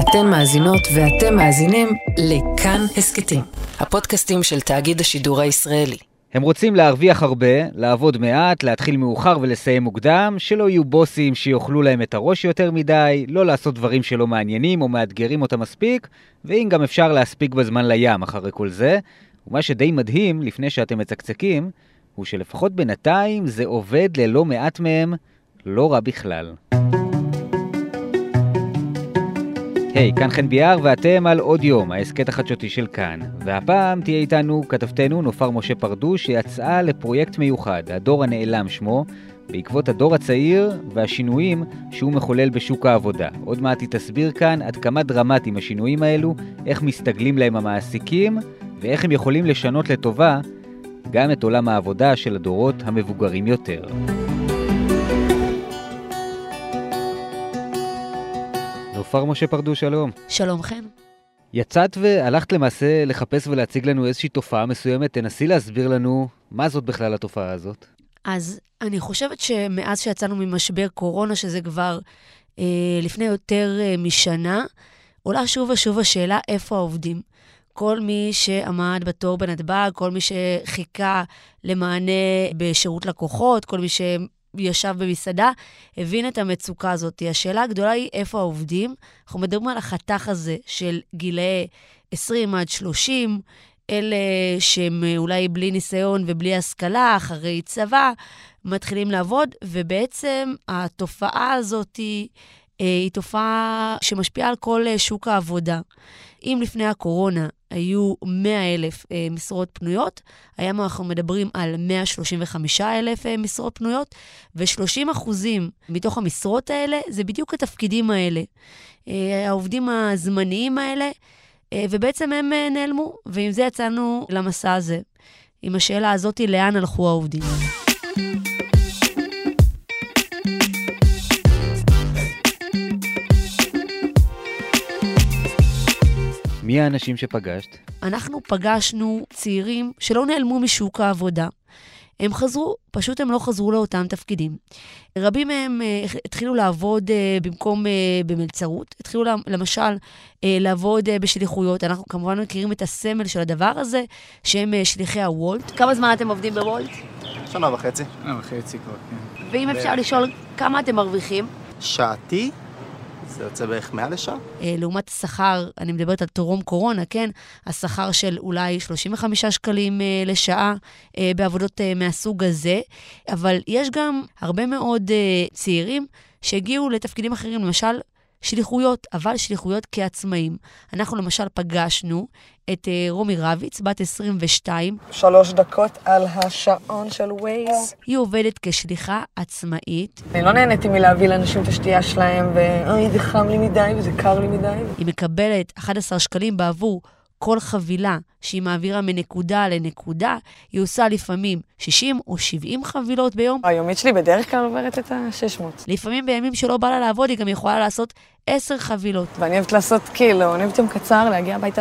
אתן מאזינות ואתם מאזינים לכאן הסקטים, הפודקאסטים של תאגיד השידור הישראלי. הם רוצים להרוויח הרבה, לעבוד מעט, להתחיל מאוחר ולסיים מוקדם, שלא יהיו בוסים שיאכלו להם את הראש יותר מדי, לא לעשות דברים שלא מעניינים או מאתגרים אותם מספיק, ואם גם אפשר להספיק בזמן לים אחרי כל זה. ומה שדי מדהים, לפני שאתם מצקצקים, הוא שלפחות בינתיים זה עובד ללא מעט מהם לא רע בכלל. היי, כאן חן ביאר ואתם על עוד יום, ההסקט החדשותי של כאן. והפעם תהיה איתנו כתבתנו נופר משה פרדוש שיצאה לפרויקט מיוחד, הדור הנעלם שמו, בעקבות הדור הצעיר והשינויים שהוא מחולל בשוק העבודה. עוד מעט היא תסביר כאן עד כמה דרמטיים השינויים האלו, איך מסתגלים להם המעסיקים ואיך הם יכולים לשנות לטובה גם את עולם העבודה של הדורות המבוגרים יותר. נופר משה פרדוש, שלום. שלום חן. יצאת והלכת למעשה לחפש ולהציג לנו איזושהי תופעה מסוימת. תנסי להסביר לנו מה זאת בכלל התופעה הזאת. אז אני חושבת שמאז שיצאנו ממשבר קורונה, שזה כבר לפני יותר משנה, עולה שוב ושוב השאלה איפה העובדים. כל מי שעמד בתור בנתב"ג, כל מי שחיכה למענה בשירות לקוחות, כל מי שישב במסעדה, הבין את המצוקה הזאת. השאלה הגדולה היא איפה העובדים. אנחנו מדברים על החתך הזה של גילאי 20 עד 30, אלה שהם אולי בלי ניסיון ובלי השכלה, אחרי צבא, מתחילים לעבוד, ובעצם התופעה הזאת היא תופעה שמשפיעה על כל שוק העבודה. אם לפני הקורונה היו 100,000 משרות פנויות, היום אנחנו מדברים על 135,000 משרות פנויות, ו30% מתוך המשרות האלה זה בדיוק התפקידים האלה. העובדים הזמניים האלה, ובעצם הם נעלמו, ועם זה יצאנו למסע הזה. עם השאלה הזאת, לאן הלכו העובדים? מי האנשים שפגשת? אנחנו פגשנו צעירים שלא נעלמו משוק העבודה. הם חזרו, פשוט הם לא חזרו לאותם תפקידים. רבים מהם התחילו לעבוד במקום במלצרות, התחילו למשל לעבוד בשליחויות. אנחנו כמובן מכירים את הסמל של הדבר הזה, שהם שליחי הוולט. כמה זמן אתם עובדים בוולט? 1.5 שנה וחצי כבר, כן. ואם אפשר לשאול, כמה אתם מרוויחים? שעתי, זה יוצא בערך 100 לשעה. לעומת השכר, אני מדברת על טרום קורונה, כן? השכר של אולי 35 שקלים לשעה בעבודות מהסוג הזה, אבל יש גם הרבה מאוד צעירים שהגיעו לתפקידים אחרים, למשל שליחויות, אבל שליחויות כעצמאים. אנחנו למשל פגשנו את רומי רביץ, בת 22. 3 דקות על השעון של ווייז. היא עובדת כשליחה עצמאית. אני לא נהניתי מלהביא לאנשים את השתייה שלהם, ואוי, זה חם לי מדי וזה קר לי מדי. היא מקבלת 11 שקלים בעבור כל חבילה שהיא מעבירה מנקודה לנקודה. היא עושה לפעמים 60 או 70 חבילות ביום. היומית שלי בדרך כלל עוברת את ה-600. לפעמים בימים שלא בא לה לעבוד, היא גם יכולה לעשות 10 חבילות. ואני אוהבת לעשות קילו, אני אוהבת יום קצר, להגיע הביתה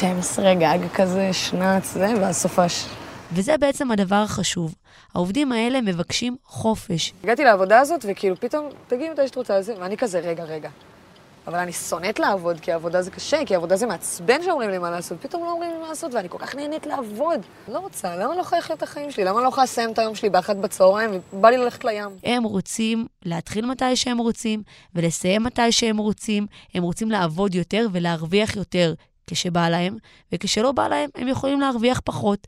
12 גג כזה, שנץ זה, ואז סופש. וזה בעצם הדבר החשוב. העובדים האלה מבקשים חופש. הגעתי לעבודה הזאת, וכאילו פתאום, תגידי מתי שאת רוצה לזה, ואני כזה, רגע. אבל אני שונאת לעבוד, כי העבודה זה קשה, כי העבודה זה מעצבן שאומרים לי מה לעשות. פתאום לא אומרים לי מה לעשות, ואני כל כך נהנית לעבוד. לא רוצה, למה לא יכולה לחיות את החיים שלי? למה לא יכולה לסיים את היום שלי ב13:00 בצהריים, ובא לי ללכת לים? הם רוצים להתחיל מתי שהם רוצים, ולסיים מתי שהם רוצים. הם רוצים לעבוד יותר ולהרוויח יותר כשבא להם, וכשלא בא להם, הם יכולים להרוויח פחות.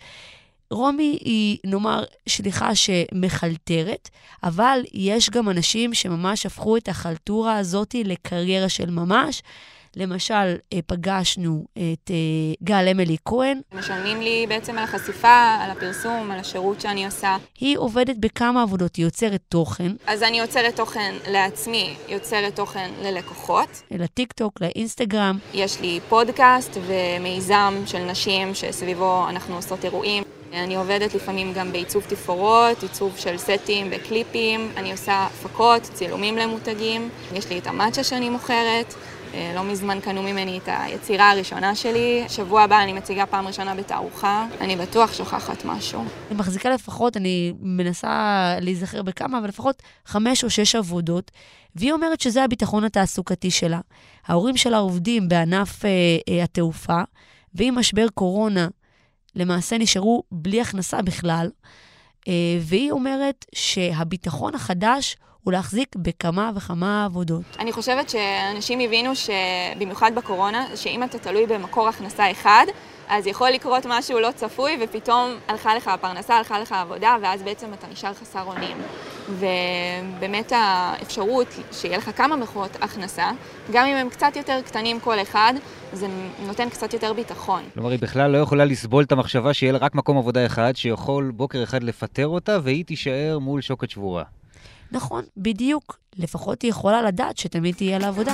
רומי היא, נאמר, שליחה שמחלטרת, אבל יש גם אנשים שממש הפכו את החלטורה הזאת לקריירה של ממש. למשל, פגשנו את גל אמילי כהן. משלמים לי בעצם על החשיפה, על הפרסום, על השירות שאני עושה. היא עובדת בכמה עבודות, היא יוצרת תוכן. אז אני יוצרת תוכן לעצמי, יוצרת תוכן ללקוחות. לטיקטוק, לאינסטגרם. יש לי פודקאסט ומיזם של נשים שסביבו אנחנו עושות אירועים. אני עובדת לפעמים גם בעיצוב תפאורות, עיצוב של סטים וקליפים. אני עושה הפקות, צילומים למותגים. יש לי את המאצ'ה שאני מוכרת. לא מזמן קנו ממני את היצירה הראשונה שלי. שבוע הבא אני מציגה פעם ראשונה בתערוכה. אני בטוח שוכחת משהו. אני מחזיקה לפחות, אני מנסה להיזכר בכמה, אבל לפחות 5 או 6 עבודות, והיא אומרת שזה הביטחון התעסוקתי שלה. ההורים שלה עובדים בענף התעופה, ועם משבר קורונה למעשה נשארו בלי הכנסה בכלל, והיא אומרת שהביטחון החדש הוא להחזיק בכמה וכמה עבודות. אני חושבת שאנשים הבינו שבמיוחד בקורונה, שאם אתה תלוי במקור הכנסה אחד, אז יכול לקרות משהו לא צפוי, ופתאום הלכה לך הפרנסה, הלכה לך העבודה, ואז בעצם אתה נשאר חסר אונים. ובאמת האפשרות שיהיה לך כמה מקורות הכנסה, גם אם הם קצת יותר קטנים כל אחד, זה נותן קצת יותר ביטחון. כלומר, היא בכלל לא יכולה לסבול את המחשבה שיהיה לה רק מקום עבודה אחד, שיכול בוקר אחד לפטר אותה, והיא תישאר מול שוקת שבורה. נכון, בדיוק. לפחות היא יכולה לדעת שתמיד תהיה לעבודה.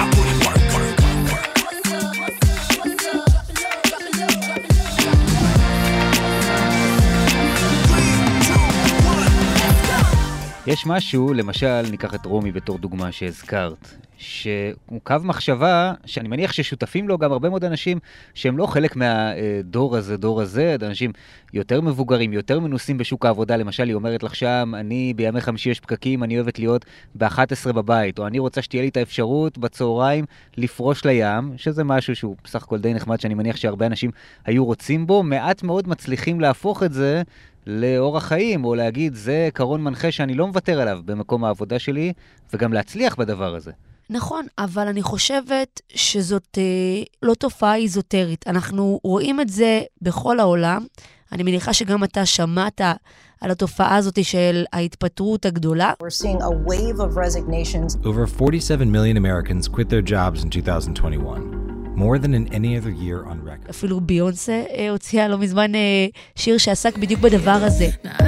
יש משהו, למשל, ניקח את רומי בתור דוגמה שהזכרת, שהוא קו מחשבה, שאני מניח ששותפים לו גם הרבה מאוד אנשים שהם לא חלק מהדור הזה, אנשים יותר מבוגרים, יותר מנוסים בשוק העבודה. למשל, היא אומרת לך שם, אני בימי חמישי יש פקקים, אני אוהבת להיות ב-11 בבית, או אני רוצה שתהיה לי את האפשרות בצהריים לפרוש לים, שזה משהו שהוא בסך הכל די נחמד, שאני מניח שהרבה אנשים היו רוצים בו, מעט מאוד מצליחים להפוך את זה לאורח חיים, או להגיד, זה עקרון מנחה שאני לא מוותר עליו במקום העבודה שלי, וגם להצליח בדבר הזה. נכון, אבל אני חושבת שזאת לא תופעה איזוטרית. אנחנו רואים את זה בכל העולם. אני מניחה שגם אתה שמעת על התופעה הזאת של ההתפטרות הגדולה. We're seeing a wave of resignations. Over 47 million Americans quit their jobs in 2021. More than in any other year on record. אפילו ביונסה הוציאה לא מזמן שיר שעסק בדיוק בדבר הזה.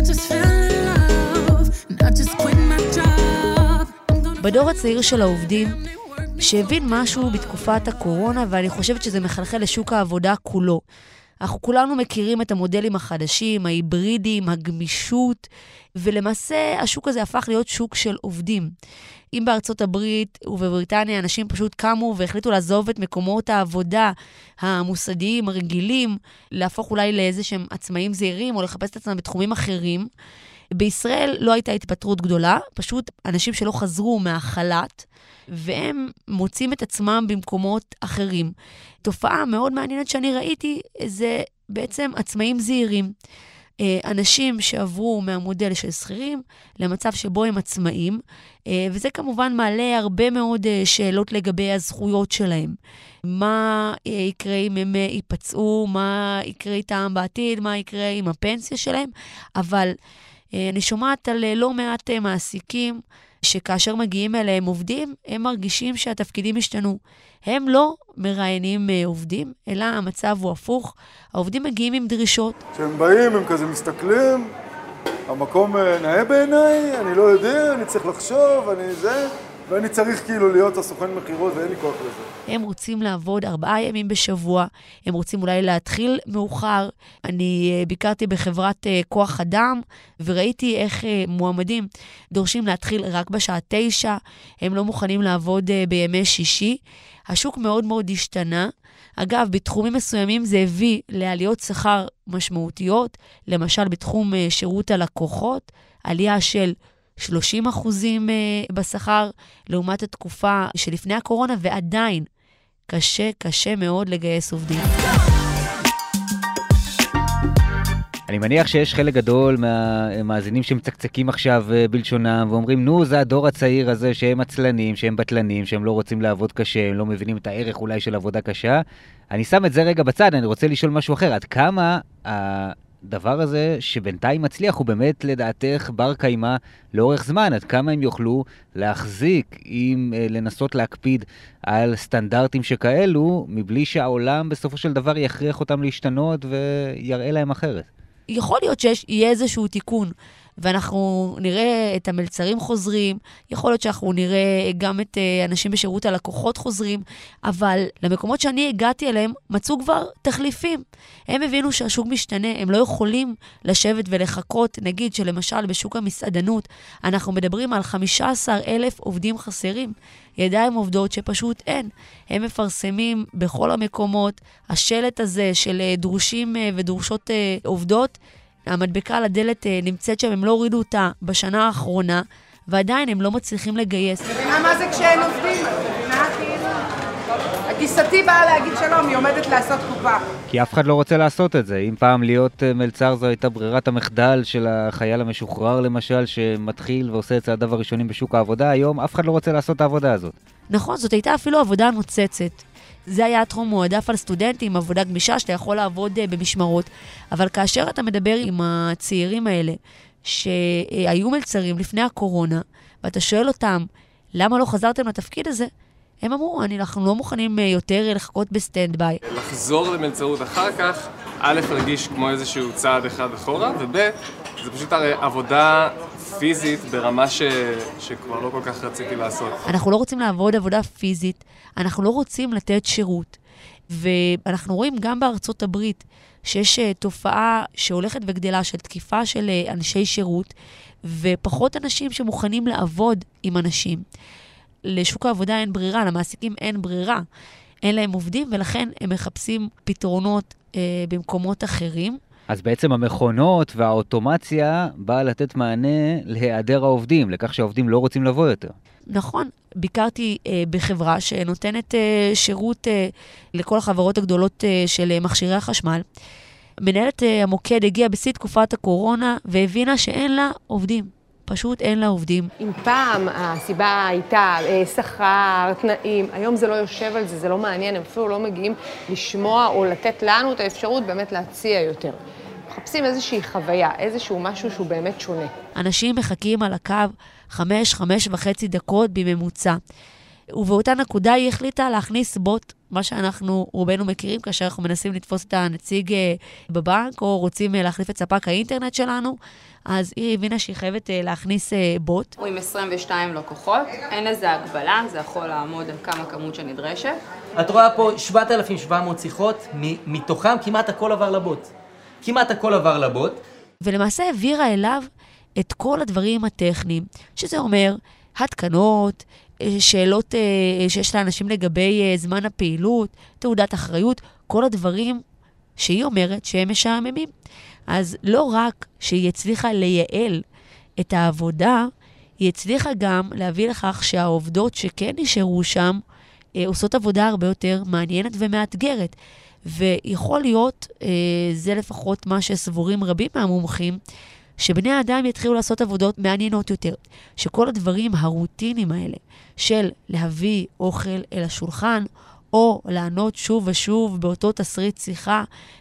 בדור הצעיר של העובדים, שהבין משהו בתקופת הקורונה, ואני חושבת שזה מחלחל לשוק העבודה כולו. אנחנו כולנו מכירים את המודלים החדשים, ההיברידים, הגמישות, ולמעשה השוק הזה הפך להיות שוק של עובדים. אם בארצות הברית ובבריטניה אנשים פשוט קמו והחליטו לעזוב את מקומות העבודה המוסדיים, הרגילים, להפוך אולי לאיזה שהם עצמאים זהירים או לחפש את עצמם בתחומים אחרים, בישראל לא הייתה התפטרות גדולה, פשוט אנשים שלא חזרו מהחל"ת, והם מוצאים את עצמם במקומות אחרים. תופעה מאוד מעניינת שאני ראיתי, זה בעצם עצמאים זהירים. אנשים שעברו מהמודל של שכירים למצב שבו הם עצמאים, וזה כמובן מעלה הרבה מאוד שאלות לגבי הזכויות שלהם. מה יקרה אם הם ייפצעו, מה יקרה איתם בעתיד, מה יקרה עם הפנסיה שלהם, אבל אני שומעת על לא מעט מעסיקים שכאשר מגיעים אליהם עובדים, הם מרגישים שהתפקידים השתנו. הם לא מראיינים עובדים, אלא המצב הוא הפוך. העובדים מגיעים עם דרישות. כשהם באים, הם כזה מסתכלים, המקום נאה בעיניי, אני לא יודע, אני צריך לחשוב, ואני צריך כאילו להיות הסוכן מחירות ואין לי כוח לזה. הם רוצים לעבוד 4 ימים בשבוע, הם רוצים אולי להתחיל מאוחר. אני ביקרתי בחברת כוח אדם וראיתי איך מועמדים דורשים להתחיל רק בשעה 9, הם לא מוכנים לעבוד בימי שישי. השוק מאוד מאוד השתנה. אגב, בתחומים מסוימים זה הביא לעליות שכר משמעותיות, למשל בתחום שירות הלקוחות, עלייה של 30% בשכר, לעומת התקופה שלפני הקורונה, ועדיין קשה מאוד לגייס עובדים. אני מניח שיש חלק גדול מהמאזינים שמצקצקים עכשיו בלשונם, ואומרים, נו, זה הדור הצעיר הזה שהם עצלנים, שהם בטלנים, שהם לא רוצים לעבוד קשה, הם לא מבינים את הערך אולי של עבודה קשה. אני שם את זה רגע בצד, אני רוצה לשאול משהו אחר. עד כמה הדבר הזה שבינתיים מצליח הוא באמת לדעתך בר קיימה לאורך זמן? עד כמה הם יוכלו להחזיק, אם לנסות להקפיד על סטנדרטים שכאלו, מבלי שהעולם בסופו של דבר יכריח אותם להשתנות ויראה להם אחרת? יכול להיות שיהיה איזשהו תיקון, ואנחנו נראה את המלצרים חוזרים, יכול להיות שאנחנו נראה גם את אנשים בשירות הלקוחות חוזרים, אבל למקומות שאני הגעתי אליהם מצאו כבר תחליפים. הם הבינו שהשוק משתנה, הם לא יכולים לשבת ולחכות, נגיד שלמשל בשוק המסעדנות, אנחנו מדברים על 15,000 עובדים חסרים, ידיים עובדות שפשוט אין. הם מפרסמים בכל המקומות, השלט הזה של דרושים ודרושות עובדות, המדבקה על הדלת נמצאת שם, הם לא הורידו אותה בשנה האחרונה, ועדיין הם לא מצליחים לגייס. מבינה מה זה כשאין עובדים? מבינה כאילו? הגיסתי באה להגיד שלום, היא עומדת לעשות קופה. כי אף אחד לא רוצה לעשות את זה. אם פעם להיות מלצר זו הייתה ברירת המחדל של החייל המשוחרר למשל, שמתחיל ועושה את צעדיו הראשונים בשוק העבודה, היום אף אחד לא רוצה לעשות את העבודה הזאת. נכון, זאת הייתה אפילו עבודה נוצצת. זה היה התחום מועדף על סטודנטים, עבודה גמישה שאתה יכול לעבוד במשמרות. אבל כאשר אתה מדבר עם הצעירים האלה, שהיו מלצרים לפני הקורונה, ואתה שואל אותם, למה לא חזרתם לתפקיד הזה? הם אמרו, אנחנו לא מוכנים יותר לחכות בסטנד ביי. לחזור למלצרות אחר כך, א' הרגיש כמו איזשהו צעד אחד אחורה, וב' זה פשוט הרי עבודה פיזית ברמה שכבר לא כל כך רציתי לעשות. אנחנו לא רוצים לעבוד עבודה פיזית, אנחנו לא רוצים לתת שירות. ואנחנו רואים גם בארצות הברית שיש תופעה שהולכת וגדלה של תקיפה של אנשי שירות, ופחות אנשים שמוכנים לעבוד עם אנשים. לשוק העבודה אין ברירה, למעסיקים אין ברירה. אין להם עובדים, ולכן הם מחפשים פתרונות במקומות אחרים. אז בעצם המכונות והאוטומציה באה לתת מענה להיעדר העובדים, לכך שהעובדים לא רוצים לבוא יותר. נכון, ביקרתי בחברה שנותנת שירות לכל החברות הגדולות של מכשירי החשמל. מנהלת המוקד הגיעה בשיא תקופת הקורונה והבינה שאין לה עובדים. פשוט אין לה עובדים. אם פעם הסיבה הייתה שכר, תנאים, היום זה לא יושב על זה, זה לא מעניין, הם אפילו לא מגיעים לשמוע או לתת לנו את האפשרות באמת להציע יותר. מחפשים איזושהי חוויה, איזשהו משהו שהוא באמת שונה. אנשים מחכים על הקו 5.5 דקות בממוצע. ובאותה נקודה היא החליטה להכניס בוט, מה שאנחנו רובנו מכירים כאשר אנחנו מנסים לתפוס את הנציג בבנק, או רוצים להחליף את ספק האינטרנט שלנו, אז היא הבינה שהיא חייבת להכניס בוט. הוא עם 22 לקוחות, אין איזה הגבלה, זה יכול לעמוד על כמה כמות שנדרשת. את רואה פה 7,700 שיחות, מתוכם כמעט הכל עבר לבוט. כמעט הכל עבר לבוט. ולמעשה העבירה אליו את כל הדברים הטכניים, שזה אומר התקנות, שאלות שיש לאנשים לגבי זמן הפעילות, תעודת אחריות, כל הדברים שהיא אומרת שהם משעממים. אז לא רק שהיא הצליחה לייעל את העבודה, היא הצליחה גם להביא לכך שהעובדות שכן נשארו שם, עושות עבודה הרבה יותר מעניינת ומאתגרת. ויכול להיות, זה לפחות מה שסבורים רבים מהמומחים, שבני האדם יתחילו לעשות עבודות מעניינות יותר. שכל הדברים הרוטינים האלה, של להביא אוכל אל השולחן, או לענות שוב ושוב באותו תסריט שיחה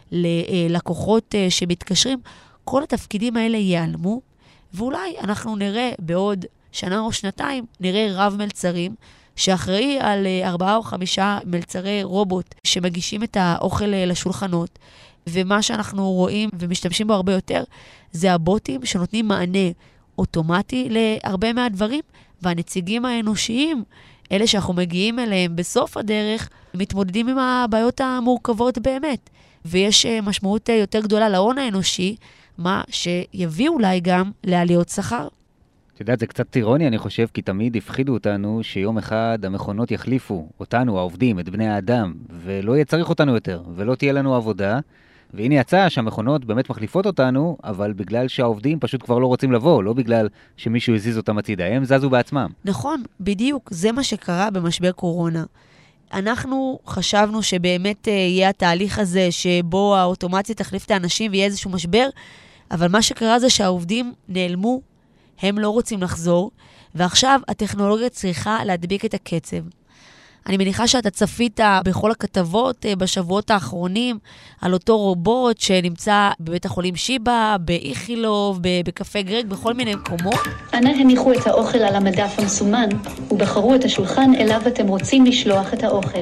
ללקוחות שמתקשרים, כל התפקידים האלה ייעלמו, ואולי אנחנו נראה בעוד שנה או שנתיים, נראה רב מלצרים, שאחראי על 4 או 5 מלצרי רובוט שמגישים את האוכל לשולחנות, ומה שאנחנו רואים ומשתמשים בו הרבה יותר, זה הבוטים שנותנים מענה אוטומטי להרבה מהדברים, והנציגים האנושיים, אלה שאנחנו מגיעים אליהם בסוף הדרך, מתמודדים עם הבעיות המורכבות באמת. ויש משמעות יותר גדולה להון האנושי, מה שיביא אולי גם לעליות שכר. את יודעת, זה קצת אירוני, אני חושב, כי תמיד הפחידו אותנו שיום אחד המכונות יחליפו אותנו, העובדים, את בני האדם, ולא יהיה צריך אותנו יותר, ולא תהיה לנו עבודה. והנה יצא שהמכונות באמת מחליפות אותנו, אבל בגלל שהעובדים פשוט כבר לא רוצים לבוא, לא בגלל שמישהו הזיז אותם הצידה, הם זזו בעצמם. נכון, בדיוק, זה מה שקרה במשבר קורונה. אנחנו חשבנו שבאמת יהיה התהליך הזה, שבו האוטומציה תחליף את האנשים ויהיה איזשהו משבר, אבל מה שקרה זה שהעובדים נעלמו, הם לא רוצים לחזור, ועכשיו הטכנולוגיה צריכה להדביק את הקצב. אני מניחה שאתה צפית בכל הכתבות בשבועות האחרונים על אותו רובוט שנמצא בבית החולים שיבה, באיכילוב, בקפה גרג, בכל מיני מקומות. אנא הניחו את האוכל על המדף המסומן ובחרו את השולחן אליו אתם רוצים לשלוח את האוכל.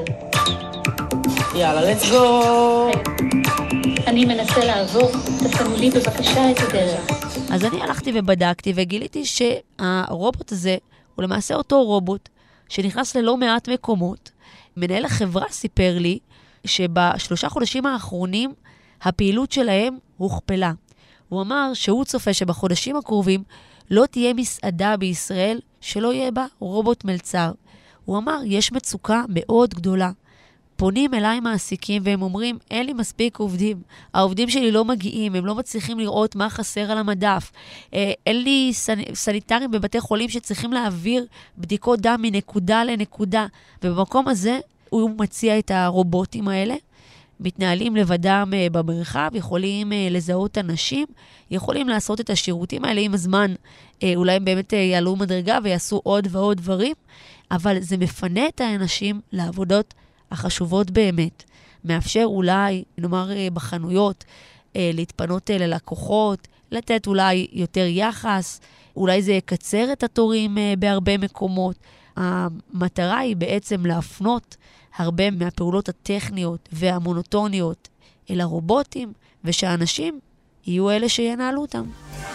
יאללה, let's go! אני מנסה לעבור, תפנו לי בבקשה את הדרך. אז אני הלכתי ובדקתי וגיליתי שהרובוט הזה הוא למעשה אותו רובוט שנכנס ללא מעט מקומות. מנהל החברה סיפר לי שב3 חודשים האחרונים הפעילות שלהם הוכפלה. הוא אמר שהוא צופה שבחודשים הקרובים לא תהיה מסעדה בישראל שלא יהיה בה רובוט מלצר. הוא אמר, יש מצוקה מאוד גדולה. פונים אליי מעסיקים והם אומרים, אין לי מספיק עובדים. העובדים שלי לא מגיעים, הם לא מצליחים לראות מה חסר על המדף. אין לי סניטרים בבתי חולים שצריכים להעביר בדיקות דם מנקודה לנקודה. ובמקום הזה הוא מציע את הרובוטים האלה. מתנהלים לבדם במרחב, יכולים לזהות אנשים, יכולים לעשות את השירותים האלה עם הזמן. אולי הם באמת יעלו מדרגה ויעשו עוד ועוד דברים, אבל זה מפנה את האנשים לעבודות החשובות באמת. מאפשר אולי, נאמר בחנויות, להתפנות ללקוחות, לתת אולי יותר יחס, אולי זה יקצר את התורים בהרבה מקומות. המטרה היא בעצם להפנות הרבה מהפעולות הטכניות והמונוטוניות אל הרובוטים, ושהאנשים יהיו אלה שינהלו אותם.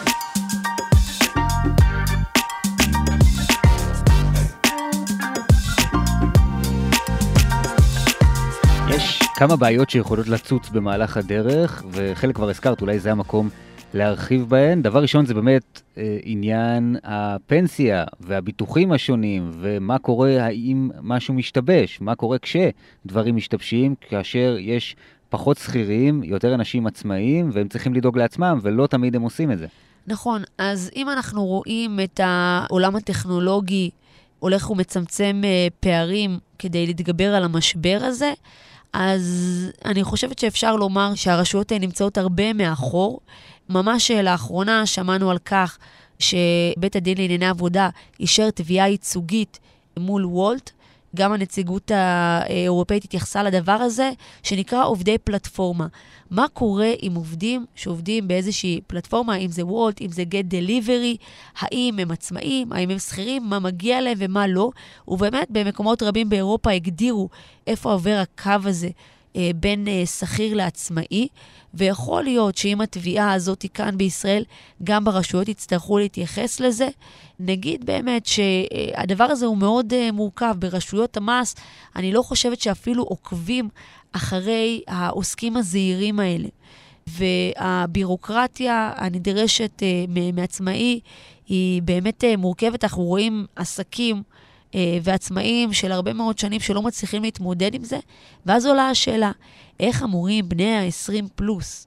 יש כמה בעיות שיכולות לצוץ במהלך הדרך, וחלק כבר הזכרת, אולי זה המקום להרחיב בהן. דבר ראשון זה באמת עניין הפנסיה והביטוחים השונים, ומה קורה האם משהו משתבש, מה קורה כשדברים משתבשים, כאשר יש פחות שכירים, יותר אנשים עצמאיים, והם צריכים לדאוג לעצמם, ולא תמיד הם עושים את זה. נכון, אז אם אנחנו רואים את העולם הטכנולוגי הולך ומצמצם פערים כדי להתגבר על המשבר הזה, אז אני חושבת שאפשר לומר שהרשויות נמצאות הרבה מאחור. ממש לאחרונה שמענו על כך שבית הדין לענייני עבודה אישר תביעה ייצוגית מול וולט. גם הנציגות האירופאית התייחסה לדבר הזה, שנקרא עובדי פלטפורמה. מה קורה עם עובדים שעובדים באיזושהי פלטפורמה, אם זה וולט, אם זה גט דליברי, האם הם עצמאים, האם הם שכירים, מה מגיע להם ומה לא. ובאמת במקומות רבים באירופה הגדירו איפה עובר הקו הזה בין שכיר לעצמאי, ויכול להיות שאם התביעה הזאת כאן בישראל, גם ברשויות יצטרכו להתייחס לזה. נגיד באמת שהדבר הזה הוא מאוד מורכב. ברשויות המס, אני לא חושבת שאפילו עוקבים אחרי העוסקים הזהירים האלה. והבירוקרטיה הנדרשת מעצמאי היא באמת מורכבת. אנחנו רואים עסקים ועצמאים של הרבה מאוד שנים שלא מצליחים להתמודד עם זה, ואז עולה השאלה, איך אמורים בני ה-20 פלוס,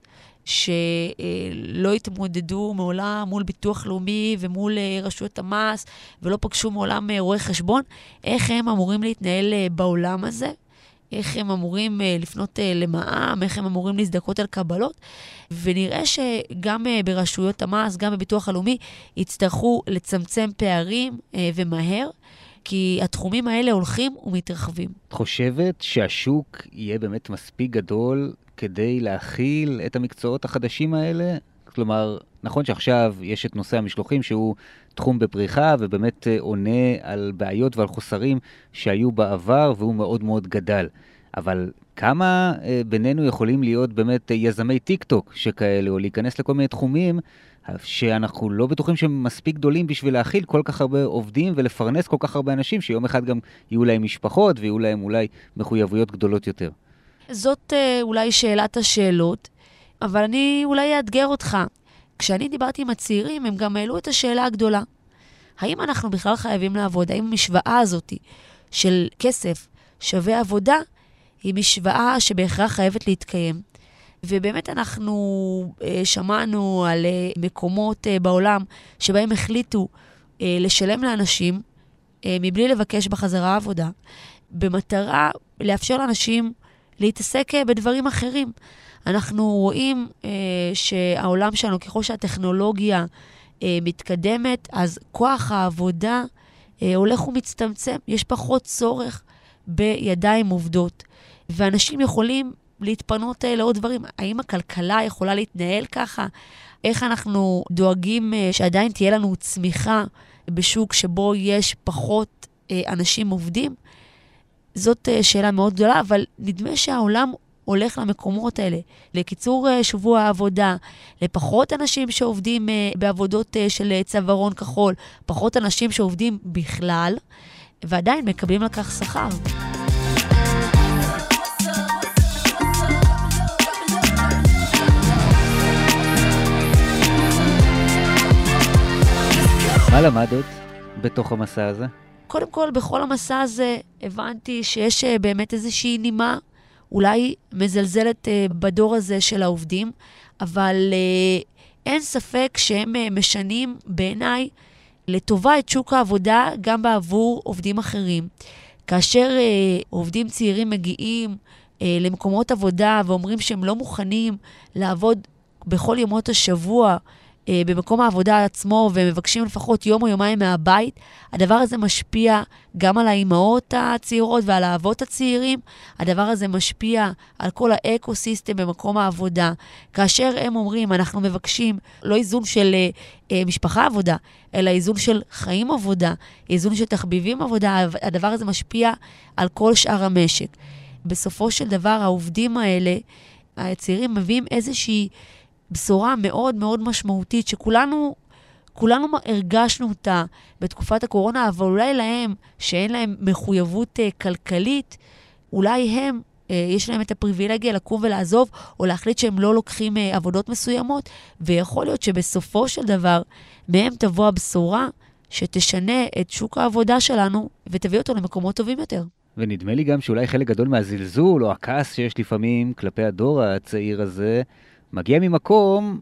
שלא התמודדו מעולם מול ביטוח לאומי ומול רשויות המס, ולא פגשו מעולם רואי חשבון, איך הם אמורים להתנהל בעולם הזה? איך הם אמורים לפנות למע"מ, איך הם אמורים להזדכות על קבלות, ונראה שגם ברשויות המס, גם בביטוח הלאומי, יצטרכו לצמצם פערים ומהר, כי התחומים האלה הולכים ומתרחבים. את חושבת שהשוק יהיה באמת מספיק גדול כדי להכיל את המקצועות החדשים האלה? כלומר, נכון שעכשיו יש את נושא המשלוחים שהוא תחום בפריחה ובאמת עונה על בעיות ועל חוסרים שהיו בעבר והוא מאוד מאוד גדל. אבל כמה בינינו יכולים להיות באמת יזמי טיק-טוק שכאלה או להיכנס לכל מיני תחומים שאנחנו לא בטוחים שהם מספיק גדולים בשביל להכיל כל כך הרבה עובדים ולפרנס כל כך הרבה אנשים שיום אחד גם יהיו להם משפחות ויהיו להם אולי מחויבויות גדולות יותר. זאת אולי שאלת השאלות, אבל אני אולי אאתגר אותך. כשאני דיברתי עם הצעירים, הם גם העלו את השאלה הגדולה. האם אנחנו בכלל חייבים לעבוד? האם המשוואה הזאת של כסף שווה עבודה היא משוואה שבהכרח חייבת להתקיים? ובאמת אנחנו שמענו על מקומות בעולם שבהם החליטו לשלם לאנשים מבלי לבקש בחזרה עבודה, במטרה לאפשר לאנשים להתעסק בדברים אחרים. אנחנו רואים שהעולם שלנו, ככל שהטכנולוגיה מתקדמת, אז כוח העבודה הולך ומצטמצם. יש פחות צורך בידיים עובדות, ואנשים יכולים להתפנות לעוד דברים. האם הכלכלה יכולה להתנהל ככה? איך אנחנו דואגים שעדיין תהיה לנו צמיחה בשוק שבו יש פחות אנשים עובדים? זאת שאלה מאוד גדולה, אבל נדמה שהעולם הולך למקומות האלה, לקיצור שבוע העבודה, לפחות אנשים שעובדים בעבודות של צווארון כחול, פחות אנשים שעובדים בכלל, ועדיין מקבלים לכך שכר. מה למדת בתוך המסע הזה? קודם כל, בכל המסע הזה הבנתי שיש באמת איזושהי נימה אולי מזלזלת בדור הזה של העובדים, אבל אין ספק שהם משנים בעיניי לטובה את שוק העבודה גם בעבור עובדים אחרים. כאשר עובדים צעירים מגיעים למקומות עבודה ואומרים שהם לא מוכנים לעבוד בכל ימות השבוע במקום העבודה עצמו ומבקשים לפחות יום או יומיים מהבית, הדבר הזה משפיע גם על האימהות הצעירות ועל האבות הצעירים, הדבר הזה משפיע על כל האקוסיסטם במקום העבודה. כאשר הם אומרים, אנחנו מבקשים לא איזון של משפחה עבודה, אלא איזון של חיים עבודה, איזון של תחביבים עבודה, הדבר הזה משפיע על כל שאר המשק. בסופו של דבר, העובדים האלה, הצעירים, מביאים איזושהי בשורה מאוד מאוד משמעותית, שכולנו הרגשנו אותה בתקופת הקורונה, אבל אולי להם, שאין להם מחויבות כלכלית, אולי הם, יש להם את הפריבילגיה לקום ולעזוב, או להחליט שהם לא לוקחים עבודות מסוימות, ויכול להיות שבסופו של דבר, מהם תבוא הבשורה שתשנה את שוק העבודה שלנו, ותביא אותו למקומות טובים יותר. ונדמה לי גם שאולי חלק גדול מהזלזול, או הכעס שיש לפעמים כלפי הדור הצעיר הזה, מגיע ממקום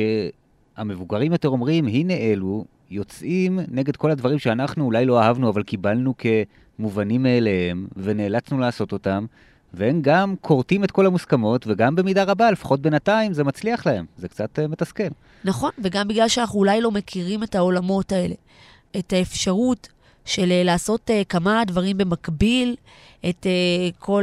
שהמבוגרים יותר אומרים, הנה אלו, יוצאים נגד כל הדברים שאנחנו אולי לא אהבנו, אבל קיבלנו כמובנים מאליהם, ונאלצנו לעשות אותם, והם גם קורטים את כל המוסכמות, וגם במידה רבה, לפחות בינתיים, זה מצליח להם. זה קצת מתסכל. נכון, וגם בגלל שאנחנו אולי לא מכירים את העולמות האלה, את האפשרות של לעשות כמה דברים במקביל, את כל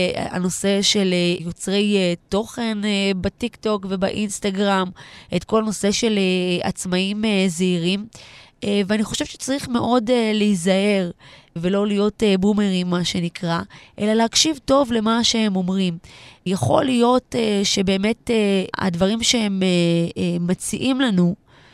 הנושא של יוצרי תוכן בטיק-טוק ובאינסטגרם, את כל הנושא של עצמאים זהירים, ואני חושבת שצריך מאוד להיזהר, ולא להיות בומרים מה שנקרא, אלא להקשיב טוב למה שהם אומרים. יכול להיות שבאמת הדברים שהם מציעים לנו,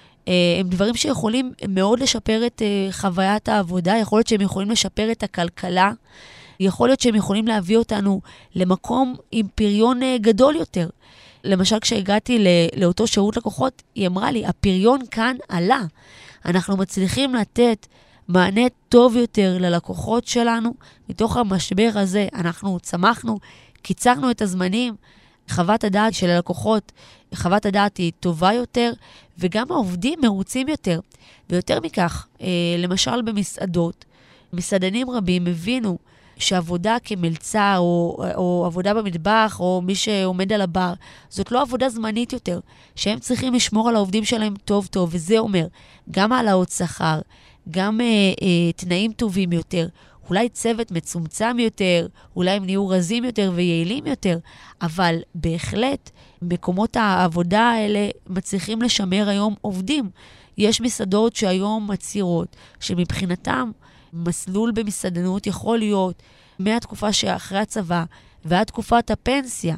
הם דברים שיכולים מאוד לשפר את חוויית העבודה, יכול להיות שהם יכולים לשפר את הכלכלה, יכול להיות שהם יכולים להביא אותנו למקום עם פריון גדול יותר. למשל, כשהגעתי לאותו שירות לקוחות, היא אמרה לי, הפריון כאן עלה. אנחנו מצליחים לתת מענה טוב יותר ללקוחות שלנו. מתוך המשבר הזה אנחנו צמחנו, קיצרנו את הזמנים, חוות הדעת של הלקוחות, חוות הדעת היא טובה יותר, וגם העובדים מרוצים יותר. ויותר מכך, למשל במסעדות, מסעדנים רבים הבינו שעבודה כמלצר או עבודה במטבח או מי שעומד על הבר, זאת לא עבודה זמנית יותר, שהם צריכים לשמור על העובדים שלהם טוב טוב, וזה אומר גם העלאות שכר, גם תנאים טובים יותר, אולי צוות מצומצם יותר, אולי הם נהיו רזים יותר ויעילים יותר, אבל בהחלט מקומות העבודה האלה מצליחים לשמר היום עובדים. יש מסעדות שהיום מצהירות שמבחינתם מסלול במסעדנות יכול להיות מהתקופה שאחרי הצבא ועד תקופת הפנסיה.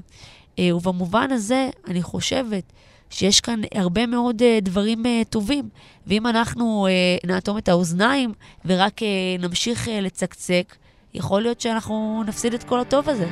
ובמובן הזה אני חושבת שיש כאן הרבה מאוד דברים טובים, ואם אנחנו נאטום את האוזניים ורק נמשיך לצקצק, יכול להיות שאנחנו נפסיד את כל הטוב הזה.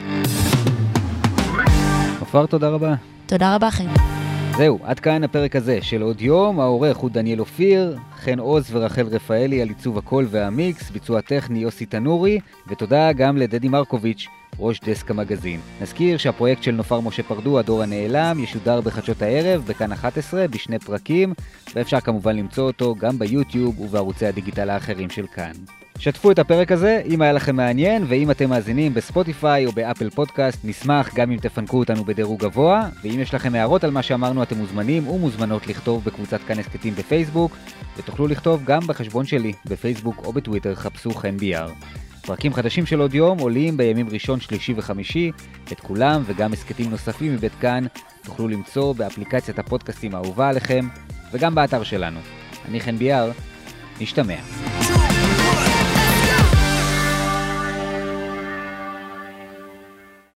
עופר, תודה רבה. תודה רבה, חן. זהו, עד כאן הפרק הזה של עוד יום. העורך הוא דניאל אופיר, חן עוז ורחל רפאלי על עיצוב הקול והמיקס, ביצוע טכני יוסי תנורי, ותודה גם לדדי מרקוביץ', ראש דסק המגזין. נזכיר שהפרויקט של נופר משה פרדו, הדור הנעלם, ישודר בחדשות הערב, בכאן 11, בשני פרקים, ואפשר כמובן למצוא אותו גם ביוטיוב ובערוצי הדיגיטל האחרים של כאן. שתפו את הפרק הזה, אם היה לכם מעניין, ואם אתם מאזינים בספוטיפיי או באפל פודקאסט, נשמח גם אם תפנקו אותנו בדירוג גבוה, ואם יש לכם הערות על מה שאמרנו, אתם מוזמנים ומוזמנות לכתוב בקבוצת כאן הסקטים בפייסבוק, ותוכלו לכתוב גם בחשבון שלי, בפייסבוק או בטוויטר, חפשו חן ביאר. פרקים חדשים של עוד יום עולים בימים ראשון, שלישי וחמישי, את כולם וגם הסקטים נוספים מבית כאן, תוכלו למצוא באפליקציית הפודקאסטים האהובה עליכם, וגם באתר שלנו. אני חן ביאר, נשתמע.